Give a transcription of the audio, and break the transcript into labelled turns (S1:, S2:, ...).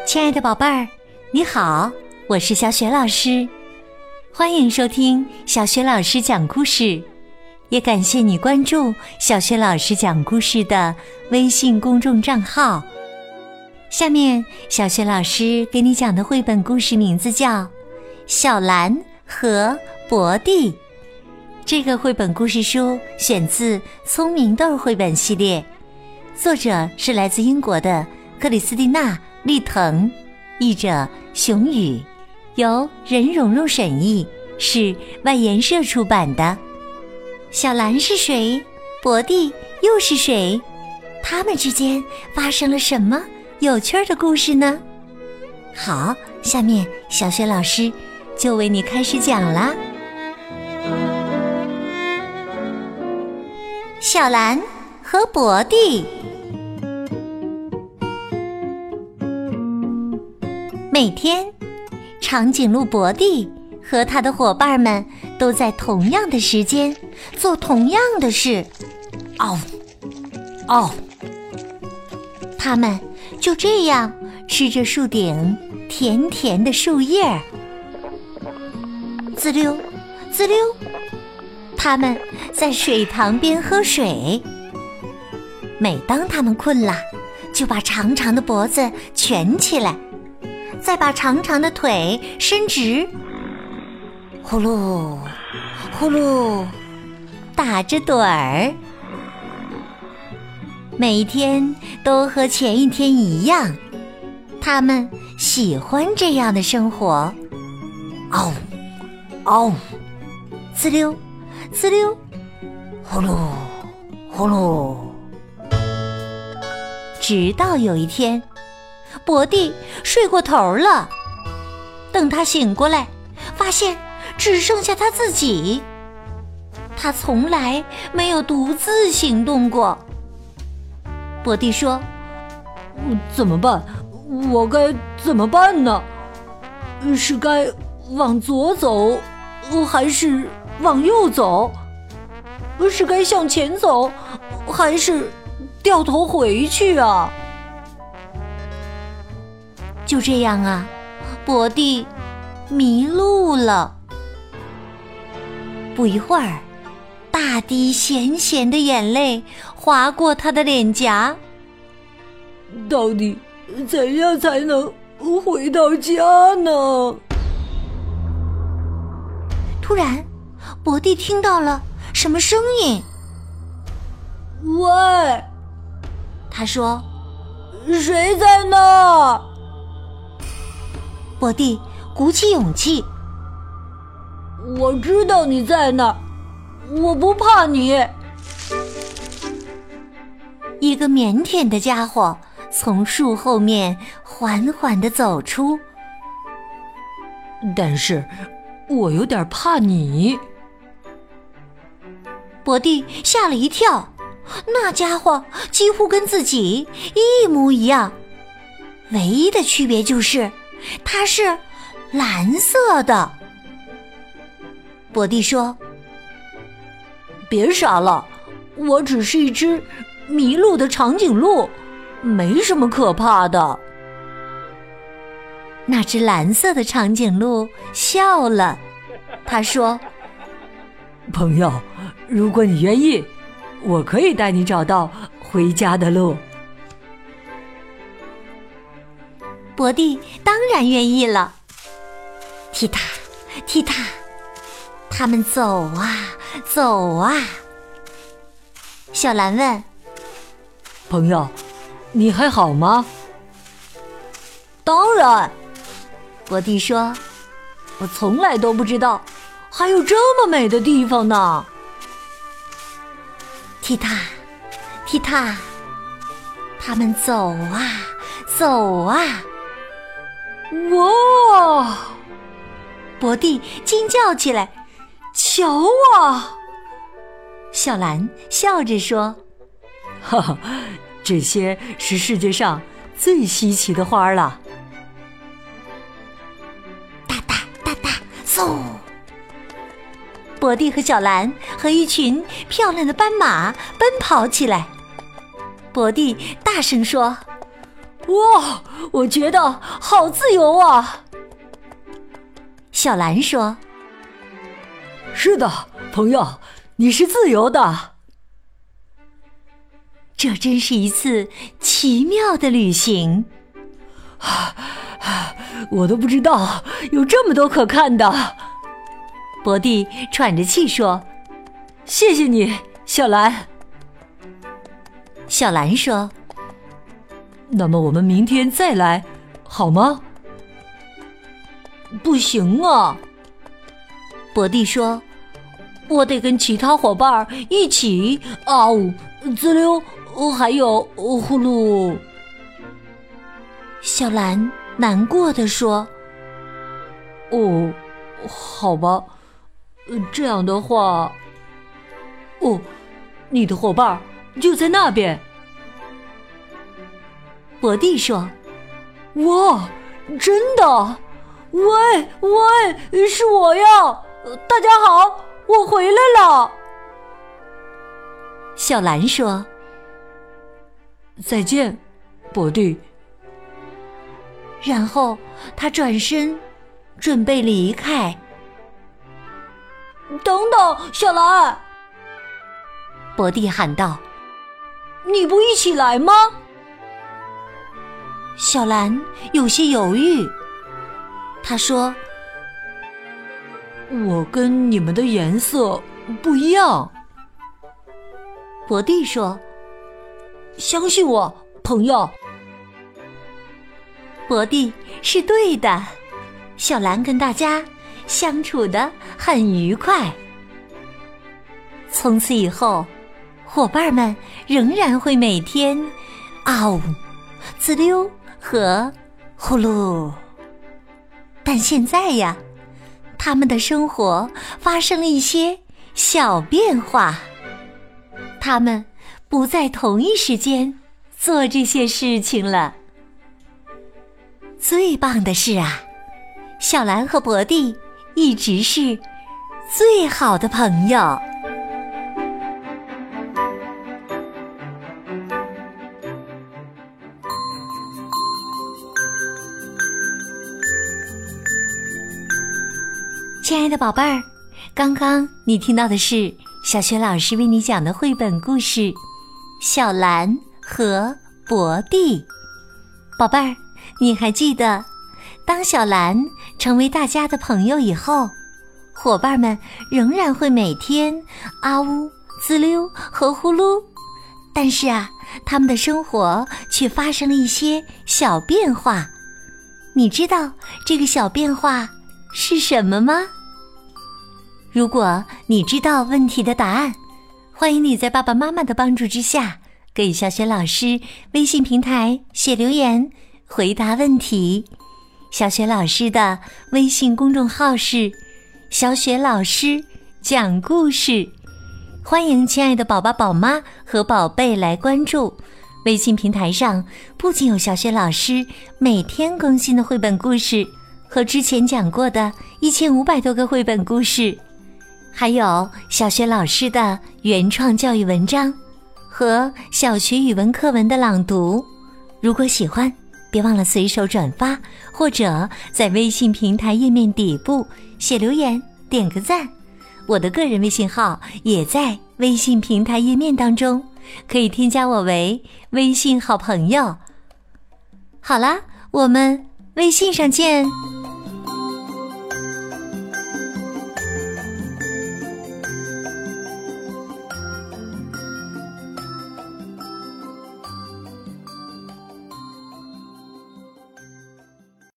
S1: 亲爱的宝贝儿，你好，我是小雪老师，欢迎收听小雪老师讲故事，也感谢你关注小雪老师讲故事的微信公众账号。下面小雪老师给你讲的绘本故事名字叫《小蓝和博蒂》。这个绘本故事书选自聪明豆绘本系列，作者是来自英国的克里斯蒂娜·利腾，译者熊宇，由任蓉蓉审译，是外研社出版的。小蓝是谁？博蒂又是谁？他们之间发生了什么有趣的故事呢？好，下面小雪老师就为你开始讲啦。小蓝和博蒂。每天，长颈鹿博蒂和他的伙伴们都在同样的时间做同样的事。他们就这样吃着树顶甜甜的树叶，滋溜滋溜，他们在水塘边喝水。每当他们困了，就把长长的脖子蜷起来，再把长长的腿伸直，呼噜呼噜打着盹儿。每一天都和前一天一样，他们喜欢这样的生活。滋溜滋溜，呼噜呼噜。直到有一天，博蒂睡过头了，等他醒过来，发现只剩下他自己。他从来没有独自行动过。博蒂说：
S2: 怎么办？我该怎么办呢？是该往左走，还是往右走？是该向前走，还是掉头回去啊？
S1: 就这样啊，博蒂迷路了。不一会儿，大滴咸咸的眼泪划过他的脸颊。
S2: 到底怎样才能回到家呢？
S1: 突然，博蒂听到了什么声音。
S2: 喂，
S1: 他说：
S2: 谁在那儿？
S1: 博蒂鼓起勇气：
S2: 我知道你在那儿，我不怕你。
S1: 一个腼腆的家伙从树后面缓缓地走出。
S2: 但是我有点怕你。
S1: 博蒂吓了一跳，那家伙几乎跟自己一模一样，唯一的区别就是它是蓝色的。博蒂说：
S2: 别傻了，我只是一只迷路的长颈鹿，没什么可怕的。
S1: 那只蓝色的长颈鹿笑了，他说：
S2: 朋友，如果你愿意，我可以带你找到回家的路。
S1: 博蒂当然愿意了。踢踏踢踏，他们走啊走啊。小蓝问：
S2: 朋友，你还好吗？
S1: 当然，博蒂说，
S2: 我从来都不知道还有这么美的地方呢。
S1: 踢踏踢踏，他们走啊走啊。
S2: 哇！
S1: 博蒂惊叫起来：
S2: 瞧啊！
S1: 小蓝笑着说：
S2: 哈哈，这些是世界上最稀奇的花了。
S1: 哒哒哒哒，嗖！博蒂和小蓝和一群漂亮的斑马奔跑起来。博蒂大声说：
S2: 哇，我觉得好自由啊！
S1: 小蓝说：“
S2: 是的，朋友，你是自由的。”
S1: 这真是一次奇妙的旅行。
S2: 我都不知道有这么多可看的。
S1: 博蒂喘着气说：“
S2: 谢谢你，小蓝。”
S1: 小蓝说：“
S2: 那么我们明天再来，好吗？”不行啊，
S1: 博蒂说：“
S2: 我得跟其他伙伴一起啊呜滋溜，还有呼噜。”
S1: 小蓝难过地说：“
S2: 哦，好吧，这样的话，哦，你的伙伴就在那边。”
S1: 博蒂说：“
S2: 哇，真的？喂，是我呀！大家好，我回来了。”
S1: 小蓝说：“
S2: 再见，博蒂。”
S1: 然后他转身准备离开。
S2: “等等，小蓝！”
S1: 博蒂喊道，“
S2: 你不一起来吗？”
S1: 小蓝有些犹豫，他说：“
S2: 我跟你们的颜色不一样。”
S1: 博蒂说：“
S2: 相信我，朋友。”
S1: 博蒂是对的，小蓝跟大家相处得很愉快。从此以后，伙伴们仍然会每天啊呜、滋溜和呼噜。但现在呀，他们的生活发生了一些小变化，他们不在同一时间做这些事情了。最棒的是啊，小蓝和博蒂一直是最好的朋友。亲爱的宝贝儿，刚刚你听到的是小雪老师为你讲的绘本故事《小蓝和博蒂》。宝贝儿，你还记得，当小蓝成为大家的朋友以后，伙伴们仍然会每天啊呜、滋溜和呼噜，但是啊，他们的生活却发生了一些小变化。你知道这个小变化是什么吗？如果你知道问题的答案，欢迎你在爸爸妈妈的帮助之下，给小雪老师微信平台写留言回答问题。小雪老师的微信公众号是小雪老师讲故事，欢迎亲爱的宝宝宝妈和宝贝来关注。微信平台上不仅有小雪老师每天更新的绘本故事和之前讲过的1500多个绘本故事，还有小雪老师的原创教育文章和小学语文课文的朗读。如果喜欢，别忘了随手转发，或者在微信平台页面底部写留言点个赞。我的个人微信号也在微信平台页面当中，可以添加我为微信好朋友。好啦，我们微信上见。